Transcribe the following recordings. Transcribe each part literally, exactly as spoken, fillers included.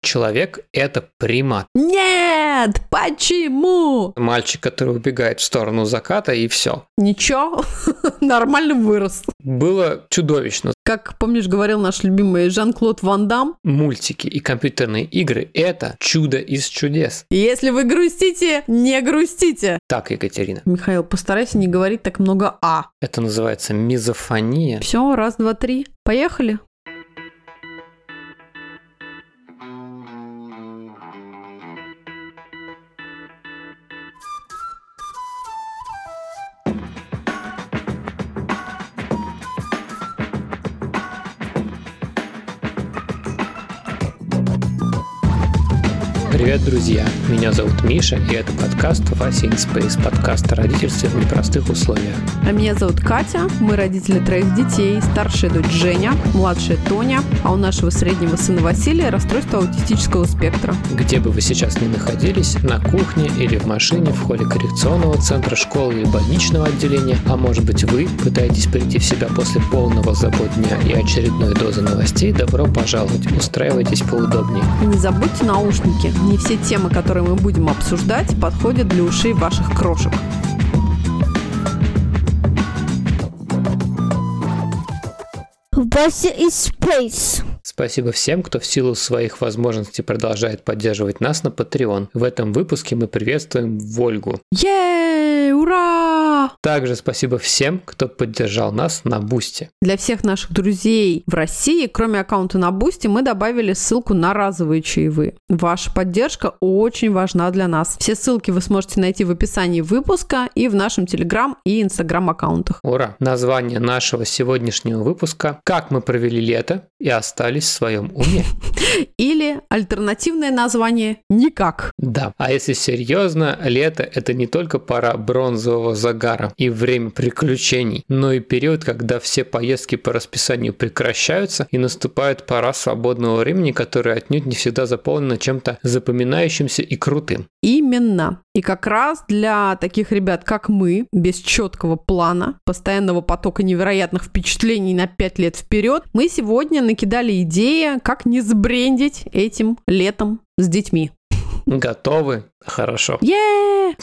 Человек – это примат. Нет! Почему? Мальчик, который убегает в сторону заката, и все. Ничего, нормально вырос. Было чудовищно. Как, помнишь, говорил наш любимый Жан-Клод Ван Дам? Мультики и компьютерные игры – это чудо из чудес. Если вы грустите, не грустите. Так, Екатерина. Михаил, постарайся не говорить так много «а». Это называется мизофония. Все, раз, два, три. Поехали. Привет, друзья! Меня зовут Миша, и это подкаст Вася in Space, подкаст о родительстве в непростых условиях. А меня зовут Катя, мы родители троих детей, старшая дочь Женя, младшая Тоня, а у нашего среднего сына Василия расстройство аутистического спектра. Где бы вы сейчас ни находились, на кухне или в машине, в холле коррекционного центра, школы или больничного отделения, а может быть вы пытаетесь прийти в себя после полного забот дня и очередной дозы новостей, добро пожаловать, устраивайтесь поудобнее. И не забудьте наушники. Не все темы, которые мы будем обсуждать, подходят для ушей ваших крошек. Вася in Space. Спасибо всем, кто в силу своих возможностей продолжает поддерживать нас на Patreon. В этом выпуске мы приветствуем Вольгу. Ей, ура! Также спасибо всем, кто поддержал нас на Бусти. Для всех наших друзей в России, кроме аккаунта на Бусти, мы добавили ссылку на разовые чаевые. Ваша поддержка очень важна для нас. Все ссылки вы сможете найти в описании выпуска и в нашем Telegram и Instagram аккаунтах. Ура! Название нашего сегодняшнего выпуска «Как мы провели лето и остались в своем уме». Или альтернативное название «Никак». Да. А если серьезно, лето – это не только пора бронзового загара и время приключений, но и период, когда все поездки по расписанию прекращаются и наступает пора свободного времени, которое отнюдь не всегда заполнено чем-то запоминающимся и крутым. Именно. И как раз для таких ребят, как мы, без четкого плана, постоянного потока невероятных впечатлений на пять лет вперед, мы сегодня накидали идеи, как не сбрендить этим летом с детьми. Готовы? Хорошо. Yeah!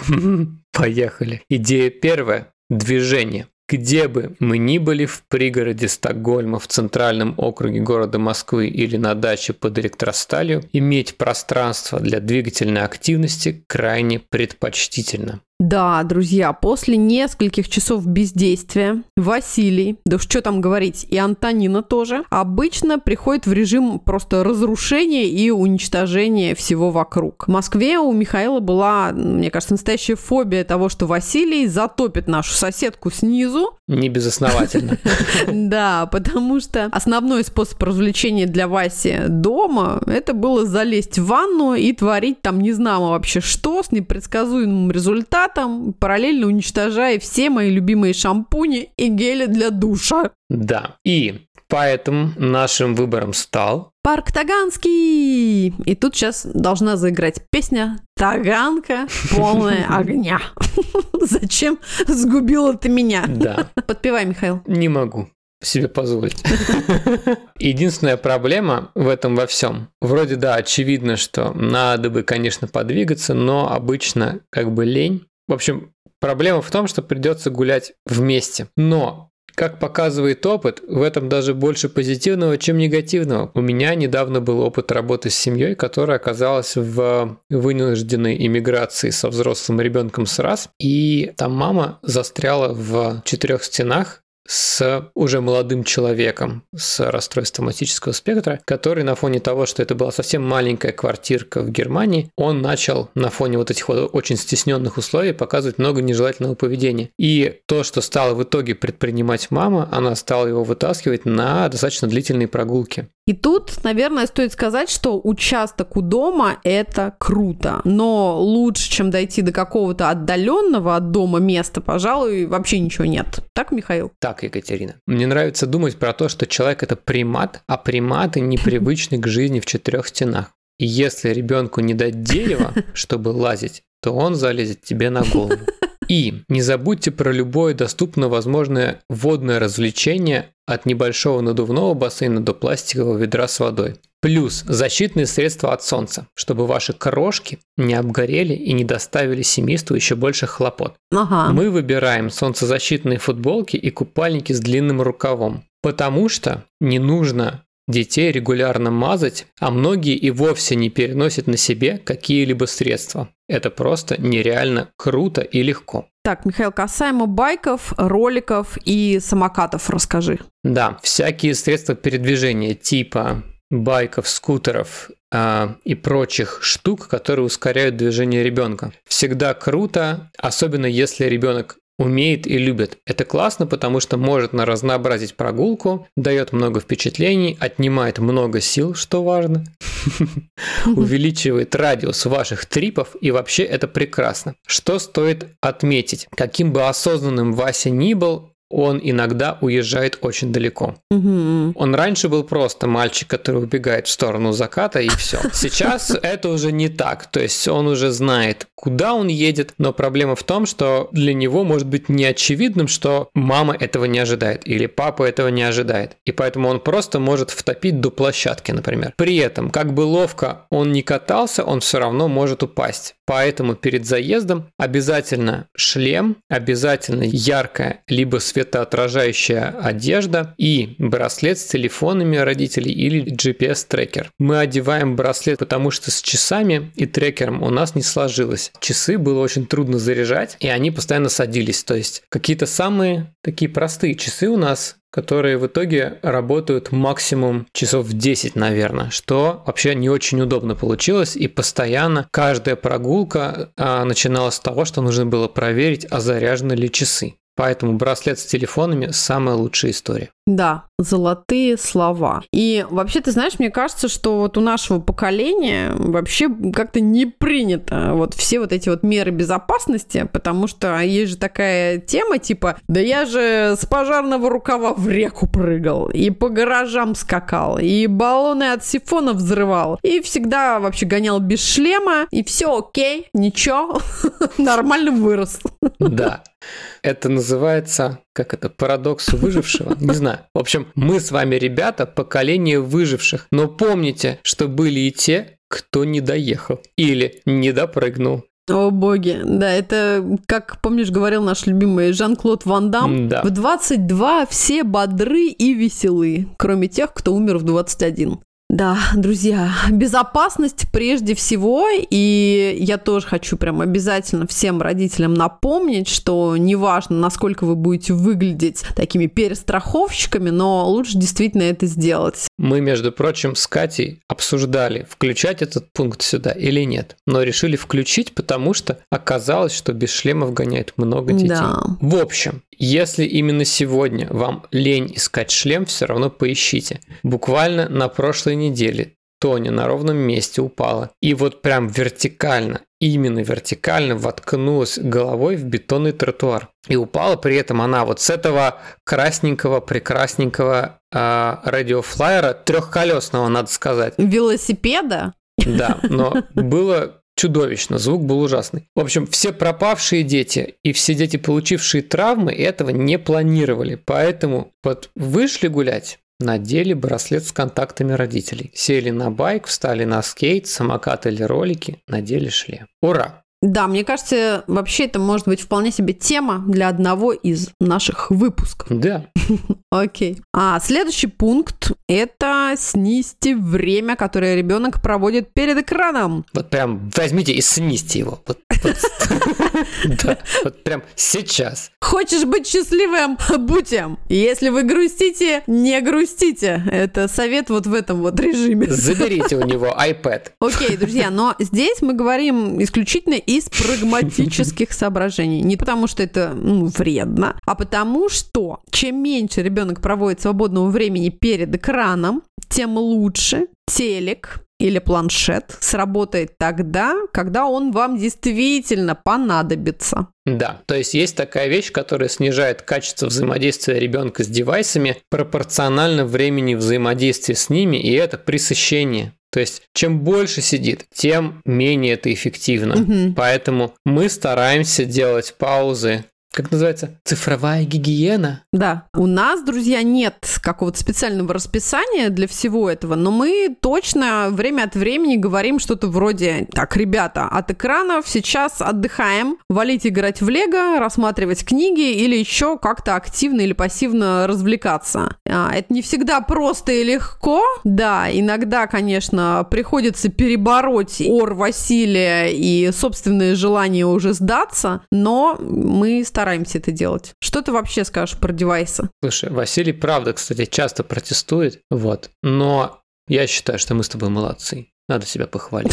Поехали. Идея первая. Движение. Где бы мы ни были в пригороде Стокгольма, в центральном округе города Москвы или на даче под электросталью, иметь пространство для двигательной активности крайне предпочтительно. Да, друзья, после нескольких часов бездействия Василий, да что там говорить, и Антонина тоже, обычно приходит в режим просто разрушения и уничтожения всего вокруг. В Москве у Михаила была, мне кажется, настоящая фобия того, что Василий затопит нашу соседку снизу. Не безосновательно. Да, потому что основной способ развлечения для Васи дома – это было залезть в ванну и творить там не знамо вообще что, с непредсказуемым результатом, параллельно уничтожая все мои любимые шампуни и гели для душа. Да, и поэтому нашим выбором стал... Парк Таганский! И тут сейчас должна заиграть песня «Таганка, полная огня». Зачем сгубила ты меня? Да. Подпевай, Михаил. Не могу себе позволить. Единственная проблема в этом во всем. Вроде да, очевидно, что надо бы, конечно, подвигаться, но обычно как бы лень. В общем, проблема в том, что придется гулять вместе. Но, как показывает опыт, в этом даже больше позитивного, чем негативного. У меня недавно был опыт работы с семьей, которая оказалась в вынужденной иммиграции со взрослым ребенком с раз. И там мама застряла в четырех стенах с уже молодым человеком с расстройством аутистического спектра, который на фоне того, что это была совсем маленькая квартирка в Германии, он начал на фоне вот этих вот очень стесненных условий показывать много нежелательного поведения. И то, что стала в итоге предпринимать мама, она стала его вытаскивать на достаточно длительные прогулки. И тут, наверное, стоит сказать, что участок у дома – это круто, но лучше, чем дойти до какого-то отдаленного от дома места, пожалуй, вообще ничего нет. Так, Михаил? Так, Екатерина. Мне нравится думать про то, что человек – это примат, а приматы непривычны к жизни в четырех стенах. И если ребенку не дать дерева, чтобы лазить, то он залезет тебе на голову. И не забудьте про любое доступно возможное водное развлечение от небольшого надувного бассейна до пластикового ведра с водой. Плюс защитные средства от солнца, чтобы ваши крошки не обгорели и не доставили семейству еще больше хлопот. Ага. Мы выбираем солнцезащитные футболки и купальники с длинным рукавом, потому что не нужно детей регулярно мазать, а многие и вовсе не переносят на себе какие-либо средства. Это просто нереально круто и легко. Так, Михаил, касаемо байков, роликов и самокатов расскажи. Да, всякие средства передвижения типа байков, скутеров э, и прочих штук, которые ускоряют движение ребенка. Всегда круто, особенно если ребенок умеет и любит. Это классно, потому что может разнообразить прогулку, дает много впечатлений, отнимает много сил, что важно, увеличивает радиус ваших трипов, и вообще это прекрасно. Что стоит отметить? Каким бы осознанным Вася ни был, он иногда уезжает очень далеко. Угу. Он раньше был просто мальчик, который убегает в сторону заката, и все. Сейчас это уже не так. То есть он уже знает, куда он едет, но проблема в том, что для него может быть неочевидным, что мама этого не ожидает или папа этого не ожидает. И поэтому он просто может втопить до площадки, например. При этом, как бы ловко он ни катался, он все равно может упасть. Поэтому перед заездом обязательно шлем, обязательно яркая, либо светоотражающая одежда и браслет с телефонами родителей или джи пи эс-трекер. Мы одеваем браслет, потому что с часами и трекером у нас не сложилось. Часы было очень трудно заряжать, и они постоянно садились. То есть какие-то самые такие простые часы у нас, которые в итоге работают максимум часов в десять, наверное, что вообще не очень удобно получилось, и постоянно каждая прогулка а, начиналась с того, что нужно было проверить, а заряжены ли часы. Поэтому браслет с телефонами – самая лучшая история. Да, золотые слова. И вообще, ты знаешь, мне кажется, что вот у нашего поколения вообще как-то не принято вот все вот эти вот меры безопасности, потому что есть же такая тема типа, да я же с пожарного рукава в реку прыгал, и по гаражам скакал, и баллоны от сифона взрывал, и всегда вообще гонял без шлема, и все окей, ничего, нормально вырос. Да. Это называется, как это, парадокс выжившего? Не знаю. В общем, мы с вами, ребята, поколение выживших. Но помните, что были и те, кто не доехал или не допрыгнул. О боги, да, это, как, помнишь, говорил наш любимый Жан-Клод Ван Дамм, да. В двадцать два все бодры и веселы, кроме тех, кто умер в двадцать один. Да, друзья, безопасность прежде всего, и я тоже хочу прям обязательно всем родителям напомнить, что неважно, насколько вы будете выглядеть такими перестраховщиками, но лучше действительно это сделать. Мы, между прочим, с Катей обсуждали, включать этот пункт сюда или нет, но решили включить, потому что оказалось, что без шлемов гоняет много детей. Да. В общем, если именно сегодня вам лень искать шлем, все равно поищите. Буквально на прошлой неделе Тоня на ровном месте упала. И вот прям вертикально, именно вертикально воткнулась головой в бетонный тротуар. И упала при этом она вот с этого красненького, прекрасненького э, радиофлайера, трехколесного, надо сказать. Велосипеда? Да, но было... чудовищно, звук был ужасный. В общем, все пропавшие дети и все дети, получившие травмы, этого не планировали. Поэтому вот вышли гулять, надели браслет с контактами родителей. Сели на байк, встали на скейт, самокат или ролики, надели шлем. Ура! Да, мне кажется, вообще это может быть вполне себе тема для одного из наших выпусков. Да. Окей. А следующий пункт – это снизьте время, которое ребенок проводит перед экраном. Вот прям возьмите и снизьте его. Вот, вот. Да, вот прям сейчас. Хочешь быть счастливым? Будь им. Если вы грустите, не грустите. Это совет вот в этом вот режиме. Заберите у него iPad. Окей, друзья, но здесь мы говорим исключительно из прагматических соображений. Не потому, что это ну, вредно, а потому, что чем меньше ребенок проводит свободного времени перед экраном, тем лучше телек или планшет сработает тогда, когда он вам действительно понадобится. Да, то есть есть такая вещь, которая снижает качество взаимодействия ребенка с девайсами пропорционально времени взаимодействия с ними, и это пресыщение. То есть, чем больше сидит, тем менее это эффективно. Мгм. Поэтому мы стараемся делать паузы. Как называется? Цифровая гигиена? Да. У нас, друзья, нет какого-то специального расписания для всего этого, но мы точно время от времени говорим что-то вроде: так, ребята, от экранов сейчас отдыхаем, валить играть в лего, рассматривать книги или еще как-то активно или пассивно развлекаться. А, это не всегда просто и легко. Да, иногда, конечно, приходится перебороть ор Василия и собственное желание уже сдаться, но мы стараемся это делать. Что ты вообще скажешь про девайсы? Слушай, Василий, правда, кстати, часто протестует, вот, но я считаю, что мы с тобой молодцы. Надо себя похвалить.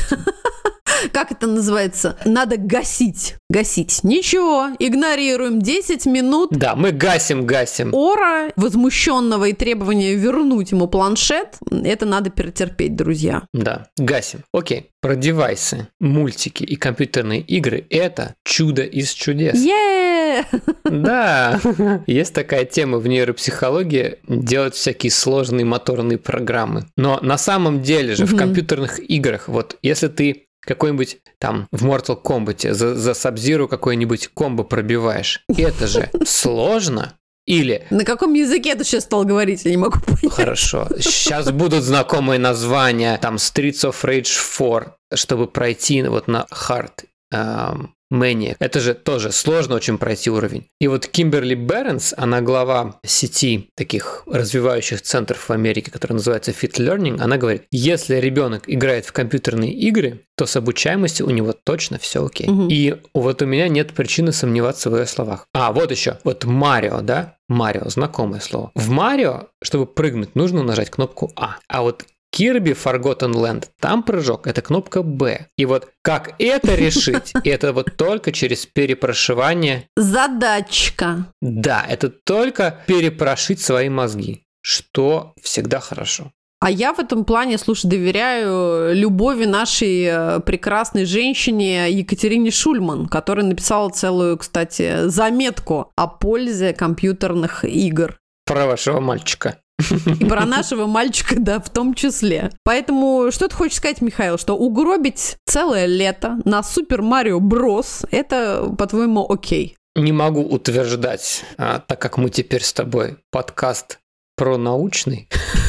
Как это называется? Надо гасить. Гасить. Ничего, игнорируем десять минут. Да, мы гасим, гасим. Ора, возмущенного и требования вернуть ему планшет, это надо перетерпеть, друзья. Да, гасим. Окей, про девайсы, мультики и компьютерные игры – это чудо из чудес. Е! Да, есть такая тема в нейропсихологии – делать всякие сложные моторные программы. Но на самом деле же в компьютерных играх, вот если ты какой-нибудь там в Mortal Kombat за, за Sub-Zero какой-нибудь комбо пробиваешь, это же сложно. Или... На каком языке ты сейчас стал говорить? Я не могу понять. Хорошо. Сейчас будут знакомые названия, там Streets of Rage четыре, чтобы пройти вот на Hard эм, Maniac. Это же тоже сложно очень пройти уровень. И вот Кимберли Бернс, она глава сети таких развивающих центров в Америке, которая называется Fit Learning, она говорит, если ребенок играет в компьютерные игры, то с обучаемостью у него точно все окей. Угу. И вот у меня нет причины сомневаться в ее словах. А, вот еще. Вот Марио, да? Марио, знакомое слово. В Марио, чтобы прыгнуть, нужно нажать кнопку А. А вот Kirby Forgotten Land, там прыжок, это кнопка Б. И вот как это решить? Это вот только через перепрошивание. Задачка. Да, это только перепрошить свои мозги, что всегда хорошо. А я в этом плане, слушай, доверяю любови нашей прекрасной женщине Екатерине Шульман, которая написала целую, кстати, заметку о пользе компьютерных игр. Про вашего мальчика. И про нашего мальчика, да, в том числе. Поэтому что ты хочешь сказать, Михаил, что угробить целое лето на Супер Марио Брос, это, по-твоему, окей? Не могу утверждать, а, так как мы теперь с тобой подкаст про научный.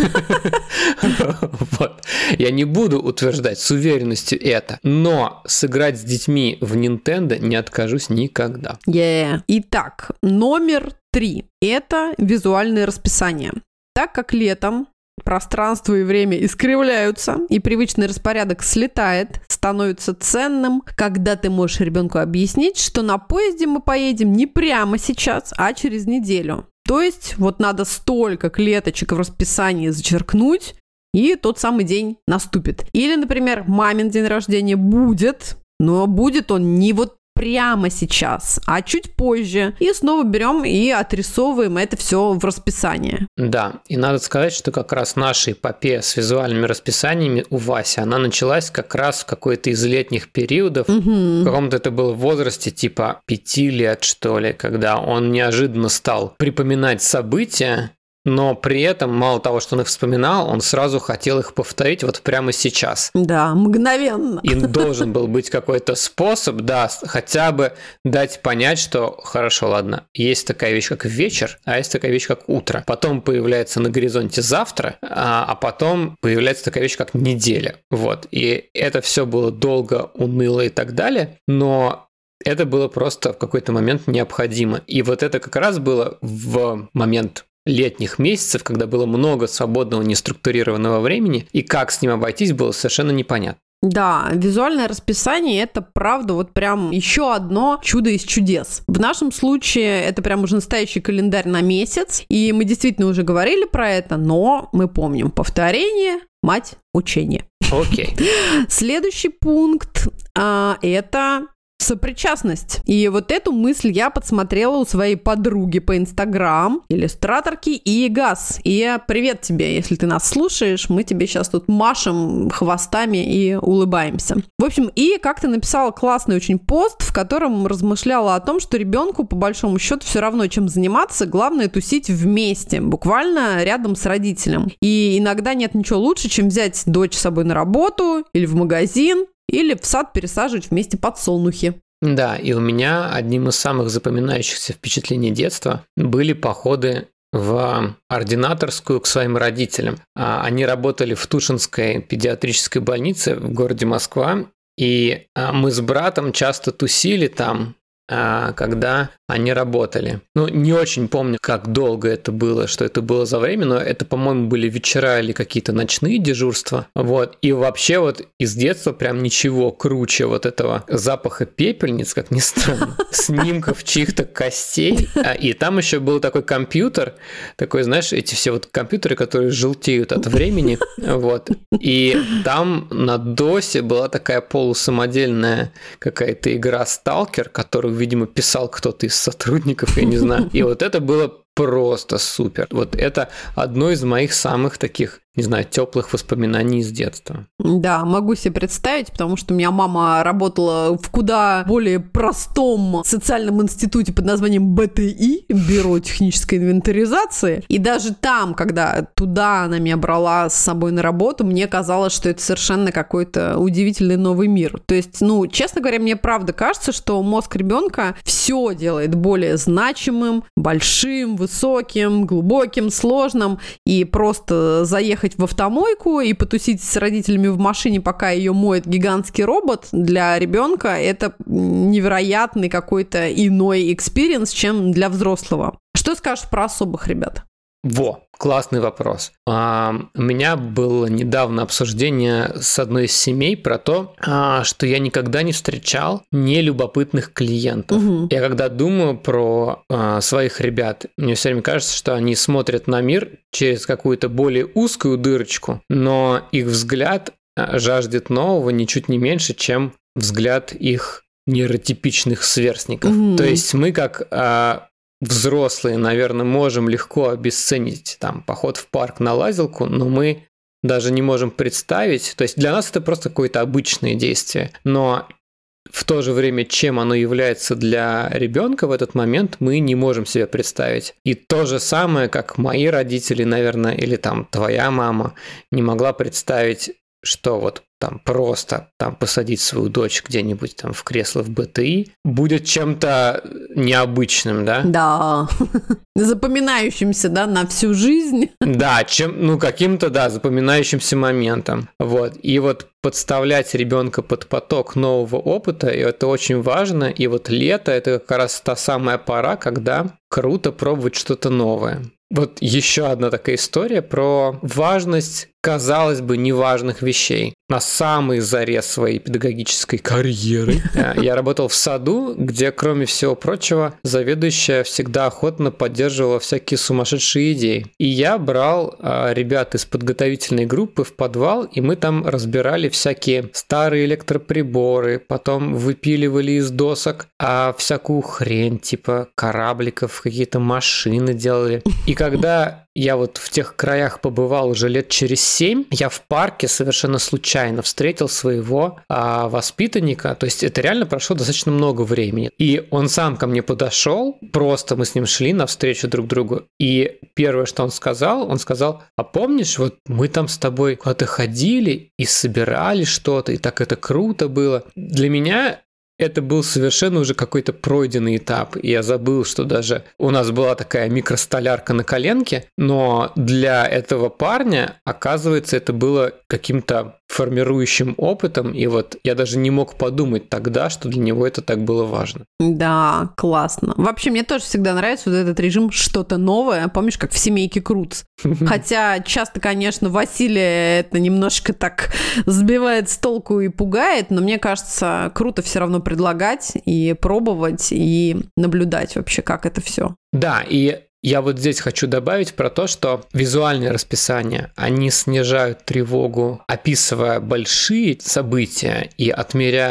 Вот. Я не буду утверждать с уверенностью это, но сыграть с детьми в Nintendo не откажусь никогда. Yeah. Итак, номер три – это визуальное расписание. Так как летом пространство и время искривляются, и привычный распорядок слетает, становится ценным, когда ты можешь ребенку объяснить, что на поезде мы поедем не прямо сейчас, а через неделю. То есть вот надо столько клеточек в расписании зачеркнуть, и тот самый день наступит. Или, например, мамин день рождения будет, но будет он не вот прямо сейчас, а чуть позже. И снова берем и отрисовываем это все в расписание. Да, и надо сказать, что как раз наша эпопея с визуальными расписаниями у Васи, она началась как раз в какой-то из летних периодов. Угу. В каком-то это было в возрасте типа пяти лет, что ли, когда он неожиданно стал припоминать события, но при этом, мало того, что он их вспоминал, он сразу хотел их повторить вот прямо сейчас. Да, мгновенно. И должен был быть какой-то способ, да, хотя бы дать понять, что хорошо, ладно, есть такая вещь, как вечер, а есть такая вещь, как утро. Потом появляется на горизонте завтра, а, а потом появляется такая вещь, как неделя. Вот. И это все было долго, уныло и так далее, но это было просто в какой-то момент необходимо. И вот это как раз было в момент летних месяцев, когда было много свободного неструктурированного времени, и как с ним обойтись, было совершенно непонятно. Да, визуальное расписание – это, правда, вот прям еще одно чудо из чудес. В нашем случае это прям уже настоящий календарь на месяц, и мы действительно уже говорили про это, но мы помним повторение, мать учения. Окей. Следующий пункт а, – это сопричастность. И вот эту мысль я подсмотрела у своей подруги по Инстаграм, иллюстраторки Ии Газ. И привет тебе, если ты нас слушаешь, мы тебе сейчас тут машем хвостами и улыбаемся. В общем, Ия как-то написала классный очень пост, в котором размышляла о том, что ребенку по большому счету все равно, чем заниматься, главное тусить вместе, буквально рядом с родителем. И иногда нет ничего лучше, чем взять дочь с собой на работу или в магазин, или в сад пересаживать вместе подсолнухи. Да, и у меня одним из самых запоминающихся впечатлений детства были походы в ординаторскую к своим родителям. Они работали в Тушинской педиатрической больнице в городе Москва, и мы с братом часто тусили там, когда они работали. Ну, не очень помню, как долго это было, что это было за время, но это, по-моему, были вечера или какие-то ночные дежурства. Вот. И вообще вот из детства прям ничего круче вот этого запаха пепельниц, как ни странно, снимков чьих-то костей. И там еще был такой компьютер, такой, знаешь, эти все вот компьютеры, которые желтеют от времени. Вот. И там на досе была такая полусамодельная какая-то игра «Сталкер», которую, видимо, писал кто-то из сотрудников, я не знаю. И вот это было просто супер. Вот это одно из моих самых таких, не знаю, теплых воспоминаний из детства. Да, могу себе представить, потому что у меня мама работала в куда более простом социальном институте под названием бэ тэ и, Бюро технической инвентаризации. И даже там, когда туда она меня брала с собой на работу, мне казалось, что это совершенно какой-то удивительный новый мир. То есть, ну, честно говоря, мне правда кажется, что мозг ребенка все делает более значимым, большим, высоким, глубоким, сложным, и просто заехать в автомойку и потусить с родителями в машине, пока ее моет гигантский робот, для ребенка это невероятный какой-то иной экспириенс, чем для взрослого. Что скажешь про особых ребят? Во, классный вопрос. А, у меня было недавно обсуждение с одной из семей про то, а, что я никогда не встречал нелюбопытных клиентов. Угу. Я когда думаю про а, своих ребят, мне все время кажется, что они смотрят на мир через какую-то более узкую дырочку, но их взгляд жаждет нового ничуть не меньше, чем взгляд их нейротипичных сверстников. Угу. То есть мы как... А, взрослые, наверное, можем легко обесценить там поход в парк на лазилку, но мы даже не можем представить, то есть для нас это просто какое-то обычное действие, но в то же время, чем оно является для ребенка в этот момент, мы не можем себе представить. И то же самое, как мои родители, наверное, или там твоя мама не могла представить, что вот там просто там посадить свою дочь где-нибудь там в кресло в бэ тэ и будет чем-то необычным, да? Да, запоминающимся, да, на всю жизнь. Да, чем, ну, каким-то, да, запоминающимся моментом. Вот. И вот подставлять ребенка под поток нового опыта, и это очень важно. И вот лето – это как раз та самая пора, когда круто пробовать что-то новое. Вот еще одна такая история про важность, казалось бы, неважных вещей. На самой заре своей педагогической карьеры я работал в саду, где, кроме всего прочего, заведующая всегда охотно поддерживала всякие сумасшедшие идеи. И я брал а, ребят из подготовительной группы в подвал, и мы там разбирали всякие старые электроприборы, потом выпиливали из досок а, всякую хрень, типа корабликов, какие-то машины делали. И когда я вот в тех краях побывал уже лет через семь, я в парке совершенно случайно встретил своего а, воспитанника, то есть это реально прошло достаточно много времени. И он сам ко мне подошел, просто мы с ним шли навстречу друг другу, и первое, что он сказал, он сказал: а помнишь, вот мы там с тобой куда-то ходили и собирали что-то, и так это круто было. Для меня это был совершенно уже какой-то пройденный этап, и я забыл, что даже у нас была такая микростолярка на коленке, но для этого парня, оказывается, это было каким-то формирующим опытом, и вот я даже не мог подумать тогда, что для него это так было важно. Да, классно. Вообще, мне тоже всегда нравится вот этот режим что-то новое, помнишь, как в «Семейке Крудс». Хотя часто, конечно, Василия это немножко так сбивает с толку и пугает, но мне кажется, круто все равно предлагать и пробовать, и наблюдать вообще, как это все. Да, и я вот здесь хочу добавить про то, что визуальные расписания, они снижают тревогу, описывая большие события и отмеряя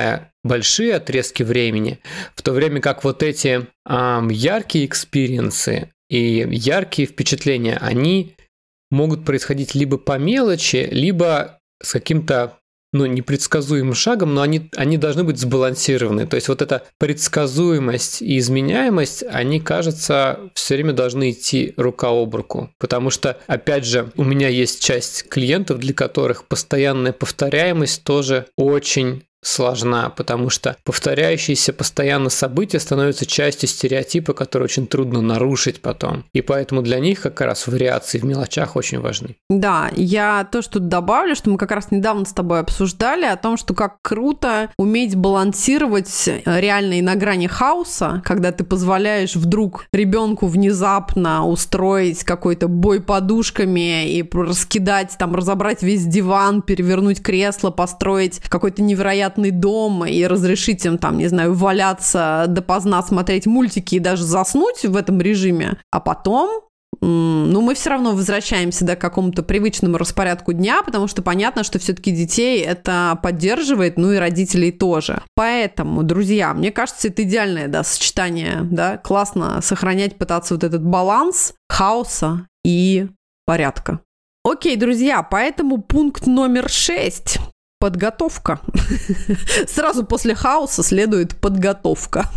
большие отрезки времени, в то время как вот эти э, яркие экспириенсы и яркие впечатления, они могут происходить либо по мелочи, либо с каким-то, ну, непредсказуемым шагом, но они, они должны быть сбалансированы. То есть вот эта предсказуемость и изменяемость, они, кажется, все время должны идти рука об руку. Потому что, опять же, у меня есть часть клиентов, для которых постоянная повторяемость тоже очень сложна, потому что повторяющиеся постоянно события становятся частью стереотипа, который очень трудно нарушить потом. И поэтому для них как раз вариации в мелочах очень важны. Да, я то, что добавлю, что мы как раз недавно с тобой обсуждали о том, что как круто уметь балансировать реально и на грани хаоса, когда ты позволяешь вдруг ребенку внезапно устроить какой-то бой подушками и раскидать, там, разобрать весь диван, перевернуть кресло, построить какой-то невероятный дом и разрешить им, там, не знаю, валяться допоздна, смотреть мультики и даже заснуть в этом режиме, а потом, ну, мы все равно возвращаемся, да, к какому-то привычному распорядку дня, потому что понятно, что все-таки детей это поддерживает, ну и родителей тоже. Поэтому, друзья, мне кажется, это идеальное, да, сочетание, да, классно сохранять, пытаться вот этот баланс хаоса и порядка. Окей, друзья, поэтому пункт номер шесть. Подготовка. Сразу после хаоса следует подготовка.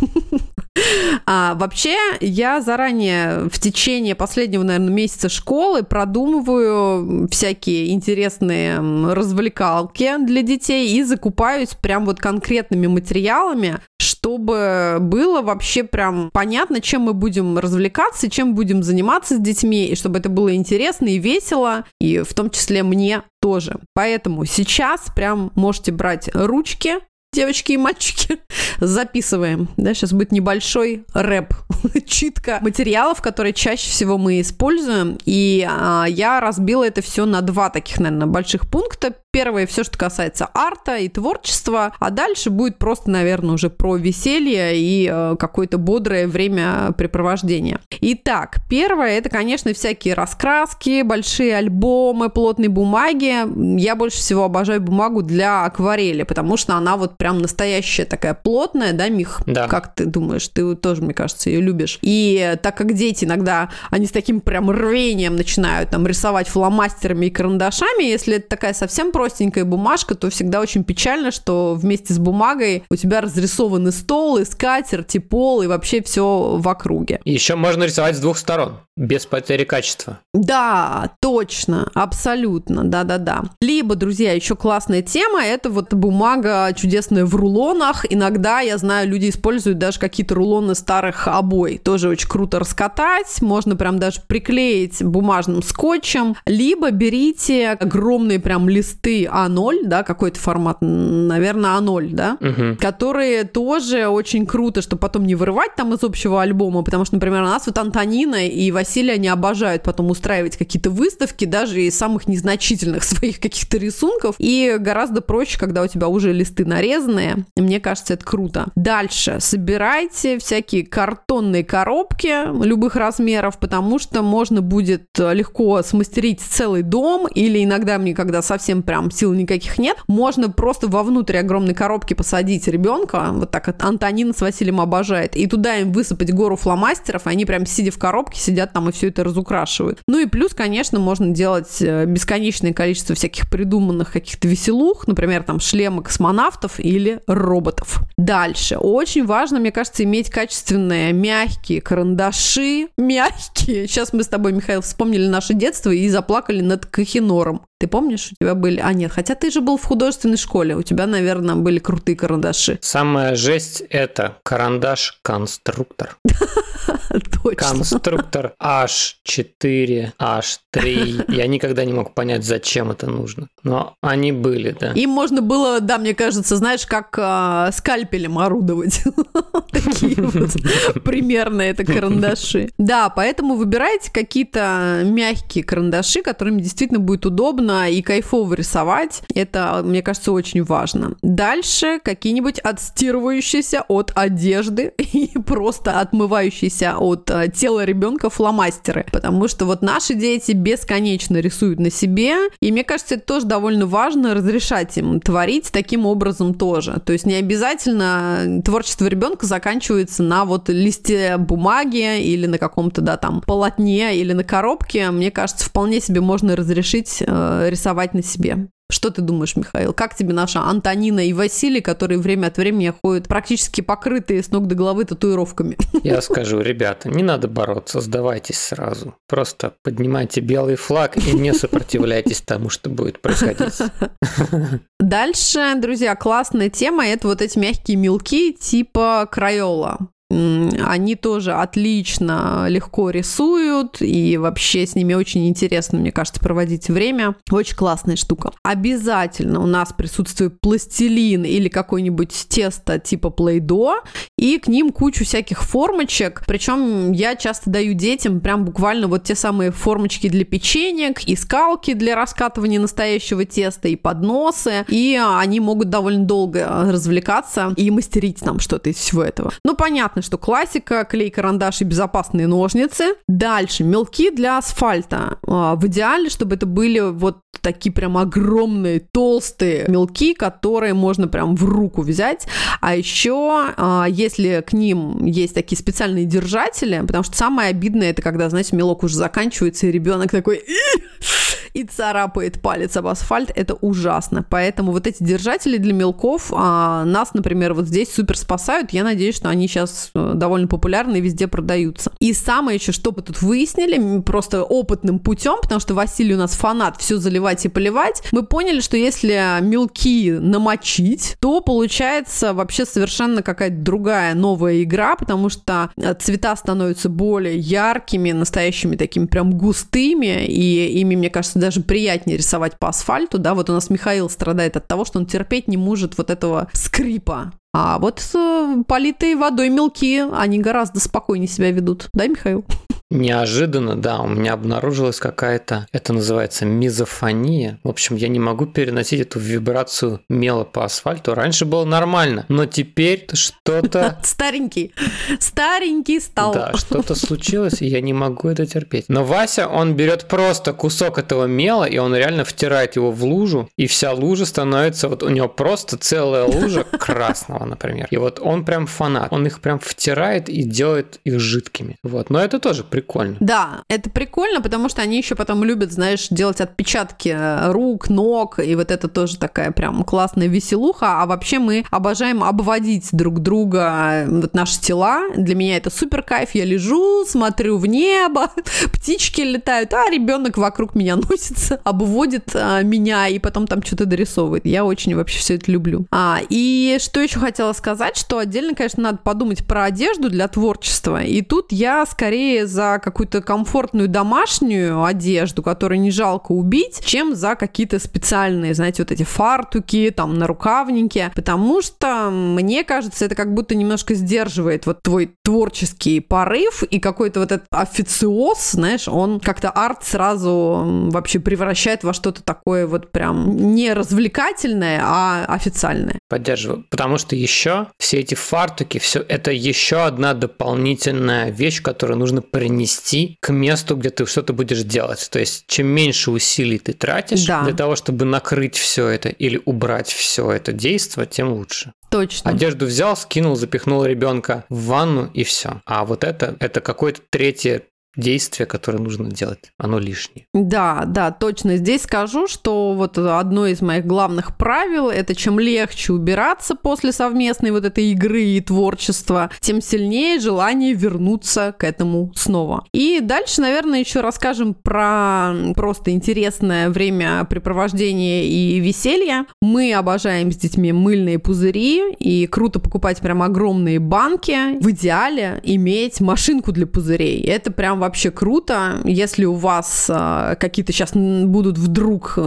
А вообще, я заранее в течение последнего, наверное, месяца школы продумываю всякие интересные развлекалки для детей и закупаюсь прям вот конкретными материалами, чтобы было вообще прям понятно, чем мы будем развлекаться, чем будем заниматься с детьми, и чтобы это было интересно и весело, и в том числе мне тоже. Поэтому сейчас прям можете брать ручки, девочки и мальчики, записываем. Да, сейчас будет небольшой рэп, читка материалов, которые чаще всего мы используем. И а, я разбила это все на два таких, наверное, больших пункта. Первое, все, что касается арта и творчества, а дальше будет просто, наверное, уже про веселье и э, какое-то бодрое времяпрепровождение. Итак, первое, это, конечно, всякие раскраски, большие альбомы, плотные бумаги. Я больше всего обожаю бумагу для акварели, потому что она вот прям настоящая такая плотная, да, Мих? Да. Как ты думаешь? Ты тоже, мне кажется, ее любишь. И так как дети иногда, они с таким прям рвением начинают там рисовать фломастерами и карандашами, если это такая совсем простенькая бумажка, то всегда очень печально, что вместе с бумагой у тебя разрисованы стол, и скатерть, и пол, и вообще все в округе. Еще можно рисовать с двух сторон, без потери качества. Да, точно, абсолютно, да-да-да. Либо, друзья, еще классная тема, это вот бумага чудесная в рулонах. Иногда, я знаю, люди используют даже какие-то рулоны старых обои. Тоже очень круто раскатать, можно прям даже приклеить бумажным скотчем. Либо берите огромные прям листы а ноль, да, какой-то формат, наверное, а ноль, да, угу. которые тоже очень круто, чтобы потом не вырывать там из общего альбома, потому что, например, у нас вот Антонина и Василий, они обожают потом устраивать какие-то выставки даже из самых незначительных своих каких-то рисунков, и гораздо проще, когда у тебя уже листы нарезанные, и мне кажется, это круто. Дальше, собирайте всякие картонные коробки любых размеров, потому что можно будет легко смастерить целый дом, или иногда мне, когда совсем прям сил никаких нет, можно просто вовнутрь огромной коробки посадить ребенка, вот так Антонина с Василием обожает, и туда им высыпать гору фломастеров, и они прям сидя в коробке сидят там и все это разукрашивают. Ну и плюс, конечно, можно делать бесконечное количество всяких придуманных каких-то веселух, например, там шлемы космонавтов или роботов. Дальше. Очень важно, мне кажется, иметь качественные мягкие карандаши. Мягкие. Сейчас мы с тобой, Михаил, вспомнили наше детство и заплакали над Кохинором. Ты помнишь, у тебя были... А, нет, хотя ты же был в художественной школе, у тебя, наверное, были крутые карандаши. Самая жесть – это карандаш-конструктор. Точно. Конструктор эйч четыре, эйч три. Я никогда не мог понять, зачем это нужно. Но они были, да. Им можно было, да, мне кажется, знаешь, как э, скальпелем орудовать. Такие вот примерные это карандаши. Да, поэтому выбирайте какие-то мягкие карандаши, которыми действительно будет удобно и кайфово рисовать. Это, мне кажется, очень важно. Дальше какие-нибудь отстирывающиеся от одежды и просто отмывающиеся от вот тело ребенка фломастеры, потому что вот наши дети бесконечно рисуют на себе, и мне кажется, это тоже довольно важно разрешать им творить таким образом тоже. То есть не обязательно творчество ребенка заканчивается на вот листе бумаги или на каком-то, да, там, полотне или на коробке. Мне кажется, вполне себе можно разрешить э, рисовать на себе. Что ты думаешь, Михаил? Как тебе наша Антонина и Василий, которые время от времени ходят практически покрытые с ног до головы татуировками? Я скажу, ребята, не надо бороться, сдавайтесь сразу. Просто поднимайте белый флаг и не сопротивляйтесь тому, что будет происходить. Дальше, друзья, классная тема – это вот эти мягкие мелки типа Crayola. Они тоже отлично, легко рисуют, и вообще с ними очень интересно, мне кажется, проводить время. Очень классная штука. Обязательно у нас присутствует пластилин или какое-нибудь тесто типа Play-Doh, и к ним кучу всяких формочек. Причем я часто даю детям прям буквально вот те самые формочки для печенек, и скалки для раскатывания настоящего теста, и подносы, и они могут довольно долго развлекаться и мастерить там что-то из всего этого. Ну, понятно, что классика, клей, карандаш и безопасные ножницы. Дальше, мелки для асфальта. В идеале, чтобы это были вот такие прям огромные, толстые мелки, которые можно прям в руку взять. А еще, если к ним есть такие специальные держатели, потому что самое обидное, это когда, знаете, мелок уже заканчивается, и ребенок такой и царапает палец об асфальт. Это ужасно. Поэтому вот эти держатели для мелков а, нас, например, вот здесь супер спасают. Я надеюсь, что они сейчас довольно популярны и везде продаются. И самое еще, что мы тут выяснили, просто опытным путем, потому что Василий у нас фанат все заливать и поливать, мы поняли, что если мелки намочить, то получается вообще совершенно какая-то другая новая игра, потому что цвета становятся более яркими, настоящими такими прям густыми, и ими, мне кажется, даже приятнее рисовать по асфальту, да, вот у нас Михаил страдает от того, что он терпеть не может вот этого скрипа. А вот политые водой мелки, они гораздо спокойнее себя ведут. Да, Михаил? Неожиданно, да, у меня обнаружилась какая-то, это называется мизофония. В общем, я не могу переносить эту вибрацию мела по асфальту. Раньше было нормально, но теперь что-то... Старенький, старенький стал. Да, что-то случилось, и я не могу это терпеть. Но Вася, он берет просто кусок этого мела, и он реально втирает его в лужу, и вся лужа становится, вот у него просто целая лужа красного, например. И вот он прям фанат, он их прям втирает и делает их жидкими. Вот, но это тоже прикольно. Прикольно. Да, это прикольно, потому что они еще потом любят, знаешь, делать отпечатки рук, ног, и вот это тоже такая прям классная веселуха. А вообще мы обожаем обводить друг друга, вот наши тела. Для меня это супер кайф. Я лежу, смотрю в небо, птички летают, а ребенок вокруг меня носится, обводит а, меня и потом там что-то дорисовывает. Я очень вообще все это люблю. А, и что еще хотела сказать, что отдельно, конечно, надо подумать про одежду для творчества. И тут я скорее за какую-то комфортную домашнюю одежду, которую не жалко убить, чем за какие-то специальные, знаете, вот эти фартуки, там, нарукавники, потому что, мне кажется, это как будто немножко сдерживает вот твой творческий порыв, и какой-то вот этот официоз, знаешь, он как-то арт сразу вообще превращает во что-то такое вот прям не развлекательное, а официальное. Поддерживаю, потому что еще все эти фартуки, все это еще одна дополнительная вещь, которую нужно принести нести к месту, где ты что-то будешь делать. То есть, чем меньше усилий ты тратишь да. для того, чтобы накрыть все это или убрать все это действо, тем лучше. Точно. Одежду взял, скинул, запихнул ребенка в ванну и все. А вот это, это какое-то третье действие, которое нужно делать, оно лишнее. Да, да, точно. Здесь скажу, что вот одно из моих главных правил – это чем легче убираться после совместной вот этой игры и творчества, тем сильнее желание вернуться к этому снова. И дальше, наверное, еще расскажем про просто интересное времяпрепровождение и веселье. Мы обожаем с детьми мыльные пузыри, и круто покупать прям огромные банки. В идеале иметь машинку для пузырей. Это прям вообще круто. Если у вас а, какие-то сейчас будут вдруг на горизонте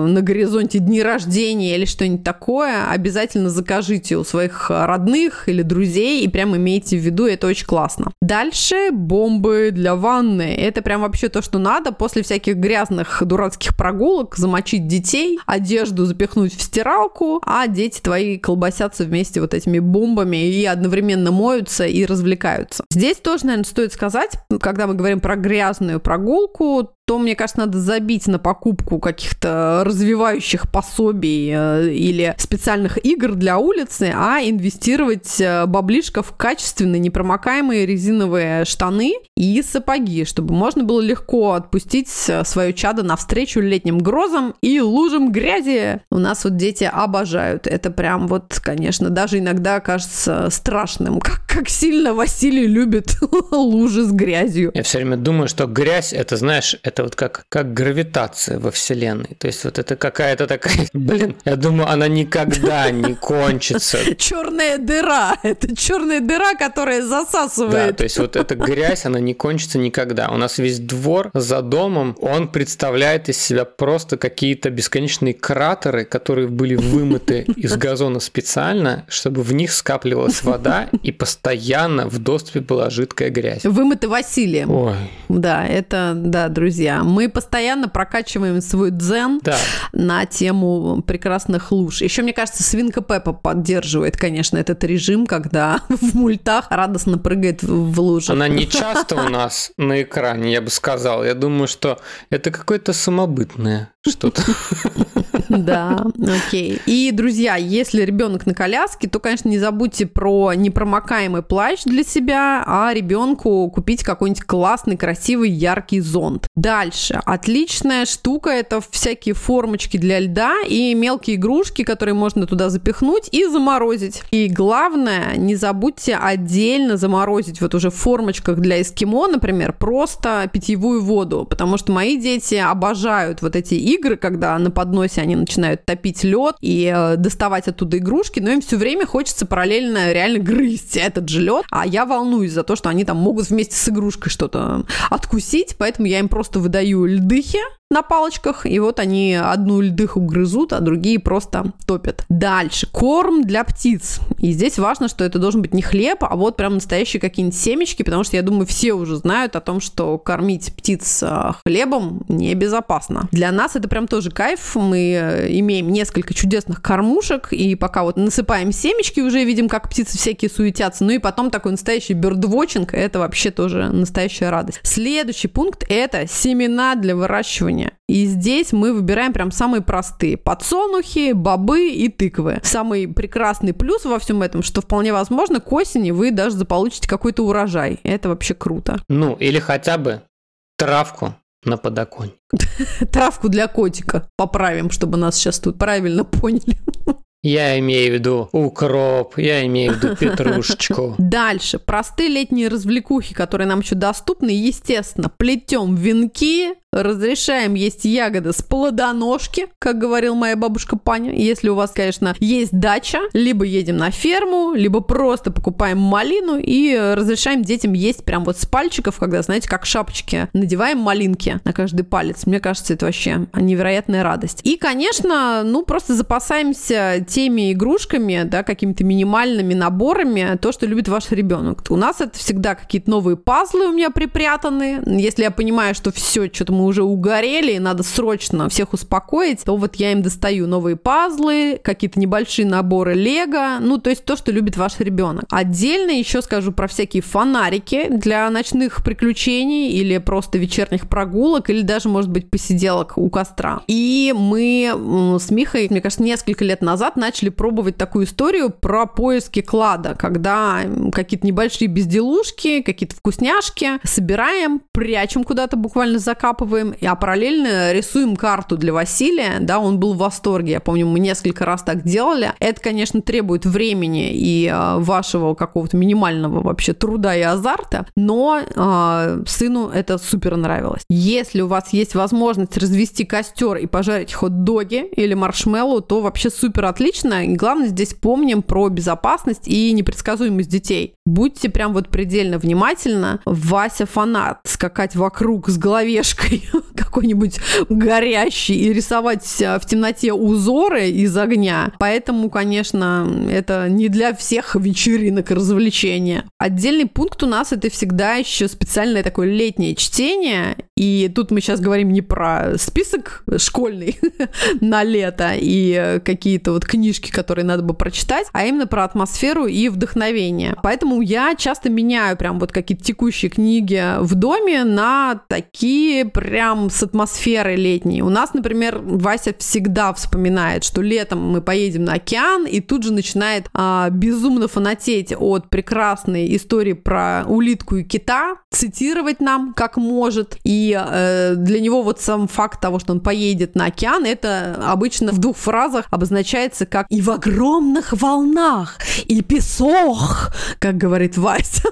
горизонте дни рождения или что-нибудь такое, обязательно закажите у своих родных или друзей и прям имейте в виду, это очень классно. Дальше бомбы для ванны. Это прям вообще то, что надо. После всяких грязных дурацких прогулок замочить детей, одежду запихнуть в стиралку, а дети твои колбасятся вместе вот этими бомбами и одновременно моются и развлекаются. Здесь тоже, наверное, стоит сказать, когда мы говорим про грязную прогулку, то, мне кажется, надо забить на покупку каких-то развивающих пособий или специальных игр для улицы, а инвестировать баблишко в качественные непромокаемые резиновые штаны и сапоги, чтобы можно было легко отпустить свое чадо навстречу летним грозам и лужам грязи. У нас вот дети обожают. Это прям вот, конечно, даже иногда кажется страшным, как, как сильно Василий любит лужи с грязью. Я все время думаю, что грязь, это, знаешь, это вот как, как гравитация во Вселенной. То есть вот это какая-то такая... Блин, я думаю, она никогда не кончится. Черная дыра. Это черная дыра, которая засасывает. Да, то есть вот эта грязь, она не кончится никогда. У нас весь двор за домом, он представляет из себя просто какие-то бесконечные кратеры, которые были вымыты из газона специально, чтобы в них скапливалась вода, и постоянно в доступе была жидкая грязь. Вымыты Василием. Ой. Да, это, да, друзья. Мы постоянно прокачиваем свой дзен да. на тему прекрасных луж. Еще, мне кажется, свинка Пеппа поддерживает, конечно, этот режим, когда в мультах радостно прыгает в лужу. Она не часто у нас на экране, я бы сказал. Я думаю, что это какое-то самобытное что-то. Да, окей. И, друзья, если ребенок на коляске, то, конечно, не забудьте про непромокаемый плащ для себя, а ребенку купить какой-нибудь классный, красивый, яркий зонт. Дальше. Отличная штука – это всякие формочки для льда и мелкие игрушки, которые можно туда запихнуть и заморозить. И главное, не забудьте отдельно заморозить вот уже в формочках для эскимо, например, просто питьевую воду, потому что мои дети обожают вот эти игры, когда на подносе они начинают топить лед и э, доставать оттуда игрушки, но им все время хочется параллельно реально грызть этот же лед, а я волнуюсь за то, что они там могут вместе с игрушкой что-то откусить, поэтому я им просто выдаю льдыхи на палочках, и вот они одну льдыху грызут, а другие просто топят. Дальше. Корм для птиц. И здесь важно, что это должен быть не хлеб, а вот прям настоящие какие-нибудь семечки, потому что, я думаю, все уже знают о том, что кормить птиц хлебом небезопасно. Для нас это прям тоже кайф. Мы имеем несколько чудесных кормушек, и пока вот насыпаем семечки, уже видим, как птицы всякие суетятся. Ну и потом такой настоящий бёрдвотчинг, это вообще тоже настоящая радость. Следующий пункт – это семена для выращивания. И здесь мы выбираем прям самые простые. Подсолнухи, бобы и тыквы. Самый прекрасный плюс во всем этом, что вполне возможно, к осени вы даже заполучите какой-то урожай. Это вообще круто. Ну, или хотя бы травку на подоконник. Травку для котика. Поправим, чтобы нас сейчас тут правильно поняли. Я имею в виду укроп, я имею в виду петрушечку. Дальше. Простые летние развлекухи, которые нам еще доступны. Естественно, плетем венки, разрешаем есть ягоды с плодоножки, как говорила моя бабушка Паня. Если у вас, конечно, есть дача, либо едем на ферму, либо просто покупаем малину и разрешаем детям есть прям вот с пальчиков, когда, знаете, как шапочки. Надеваем малинки на каждый палец. Мне кажется, это вообще невероятная радость. И, конечно, ну, просто запасаемся теми игрушками, да, какими-то минимальными наборами, то, что любит ваш ребенок. У нас это всегда какие-то новые пазлы у меня припрятаны. Если я понимаю, что все, что-то мы уже угорели, и надо срочно всех успокоить, то вот я им достаю новые пазлы, какие-то небольшие наборы лего, ну, то есть то, что любит ваш ребенок. Отдельно еще скажу про всякие фонарики для ночных приключений или просто вечерних прогулок, или даже, может быть, посиделок у костра. И мы с Михой, мне кажется, несколько лет назад начали пробовать такую историю про поиски клада, когда какие-то небольшие безделушки, какие-то вкусняшки собираем, прячем куда-то, буквально закапываем, а параллельно рисуем карту для Василия, да, он был в восторге, я помню, мы несколько раз так делали. Это, конечно, требует времени и э, вашего какого-то минимального вообще труда и азарта, но э, сыну это супер нравилось. Если у вас есть возможность развести костер и пожарить хот-доги или маршмеллоу, то вообще супер отлично. И главное, здесь помним про безопасность и непредсказуемость детей. Будьте прям вот предельно внимательны. Вася фанат скакать вокруг с головешкой огонь какой-нибудь горящий и рисовать в темноте узоры из огня. Поэтому, конечно, это не для всех вечеринок и развлечения. Отдельный пункт у нас — это всегда еще специальное такое летнее чтение. И тут мы сейчас говорим не про список школьный на лето и какие-то вот книжки, которые надо бы прочитать, а именно про атмосферу и вдохновение. Поэтому я часто меняю прям вот какие-то текущие книги в доме на такие прям с атмосферой летней. У нас, например, Вася всегда вспоминает, что летом мы поедем на океан, и тут же начинает а, безумно фанатеть от прекрасной истории про улитку и кита, цитировать нам как может. И э, для него вот сам факт того, что он поедет на океан, это обычно в двух фразах обозначается как «и в огромных волнах, и песок», как говорит Вася.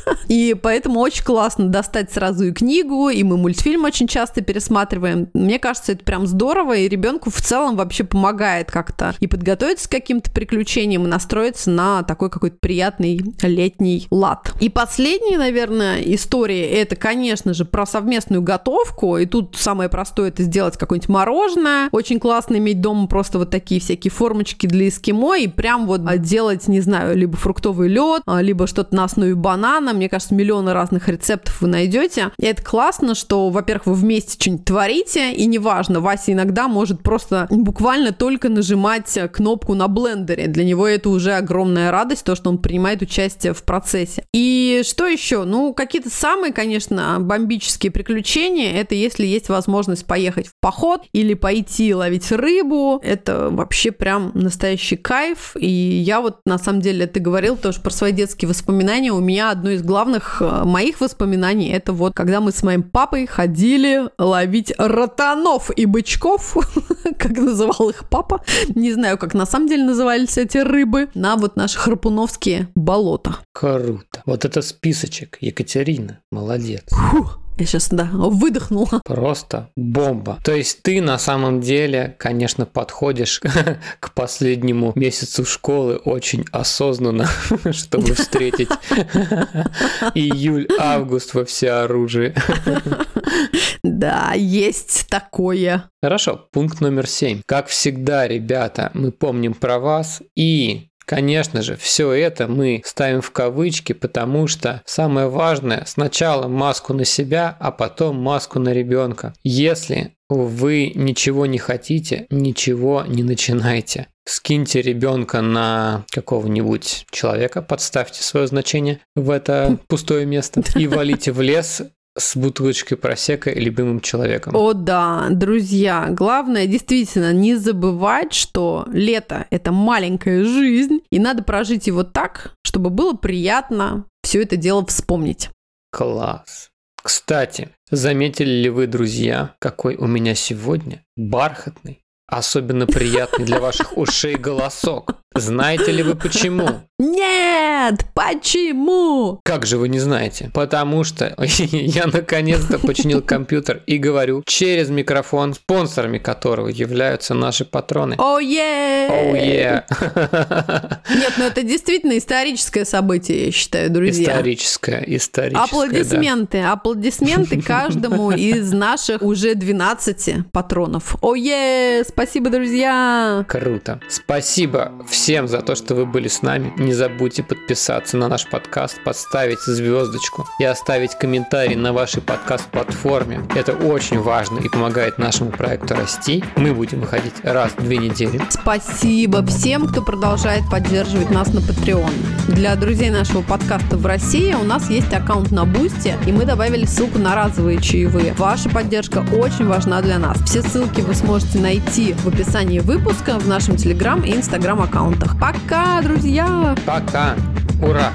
И поэтому очень классно достать сразу и книгу, и мы мультфильм очень часто пересматриваем. Мне кажется, это прям здорово, и ребенку в целом вообще помогает как-то и подготовиться к каким-то приключениям, и настроиться на такой какой-то приятный летний лад. И последняя, наверное, история, это, конечно же, про совместную готовку, и тут самое простое — это сделать какое-нибудь мороженое. Очень классно иметь дома просто вот такие всякие формочки для эскимо, и прям вот делать, не знаю, либо фруктовый лед, либо что-то на основе банана. Мне кажется, миллионы разных рецептов вы найдете. И это классно, что, во-первых, вы вместе что-нибудь творите, и неважно, Вася иногда может просто буквально только нажимать кнопку на блендере. Для него это уже огромная радость, то, что он принимает участие в процессе. И что еще? Ну, какие-то самые, конечно, бомбические приключения, это если есть возможность поехать в поход или пойти ловить рыбу. Это вообще прям настоящий кайф. И я вот, на самом деле, ты говорил тоже про свои детские воспоминания. У меня одно из главных моих воспоминаний — это вот когда мы с моим папой ходили ловить ротанов и бычков, как называл их папа. Не знаю, как на самом деле назывались эти рыбы, на вот наши храпуновские болота. Круто. Вот это списочек, Екатерина. Молодец. Фух. Я сейчас, да, выдохнула. Просто бомба. То есть ты на самом деле, конечно, подходишь к последнему месяцу школы очень осознанно, чтобы встретить июль-август во всеоружии. Да, есть такое. Хорошо, пункт номер семь. Как всегда, ребята, мы помним про вас и... Конечно же, все это мы ставим в кавычки, потому что самое важное — сначала маску на себя, а потом маску на ребенка. Если вы ничего не хотите, ничего не начинайте. Скиньте ребенка на какого-нибудь человека, подставьте свое значение в это пустое место и валите в лес с бутылочкой просека и любимым человеком. О да, друзья, главное действительно не забывать, что лето — это маленькая жизнь, и надо прожить его так, чтобы было приятно все это дело вспомнить. Класс. Кстати, заметили ли вы, друзья, какой у меня сегодня бархатный, особенно приятный для ваших ушей голосок? Знаете ли вы почему? Нет, почему? Как же вы не знаете? Потому что я наконец-то починил компьютер и говорю через микрофон, спонсорами которого являются наши патроны. Оу-е! Оу-е! Нет, ну это действительно историческое событие, я считаю, друзья. Историческое, историческое, Аплодисменты, да. Аплодисменты каждому из наших уже двенадцати патронов. Оу-е! Спасибо, друзья! Круто. Спасибо всем за то, что вы были с нами. Не забудьте подписаться на наш подкаст, поставить звездочку и оставить комментарий на вашей подкаст-платформе. Это очень важно и помогает нашему проекту расти. Мы будем выходить раз в две недели. Спасибо всем, кто продолжает поддерживать нас на Patreon. Для друзей нашего подкаста в России у нас есть аккаунт на Бусти, и мы добавили ссылку на разовые чаевые. Ваша поддержка очень важна для нас. Все ссылки вы сможете найти в описании выпуска, в нашем Telegram и Instagram аккаунтах. Пока, друзья! Пока! Ура!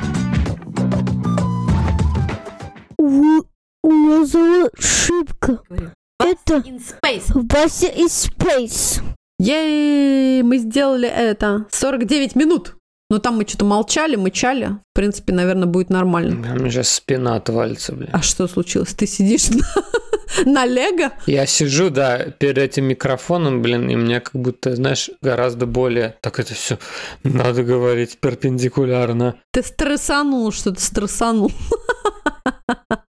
У, у нас ошибка. Это Вася из Space. Ей, мы сделали это. сорок девять минут. Но там мы что-то молчали, мычали. В принципе, наверное, будет нормально. У меня сейчас спина отвалится, блин. А что случилось? Ты сидишь на, на лего? Я сижу, да, перед этим микрофоном, блин, и мне как будто, знаешь, гораздо более... Так это все надо говорить перпендикулярно. Ты стрессанул, что-то стрессанул.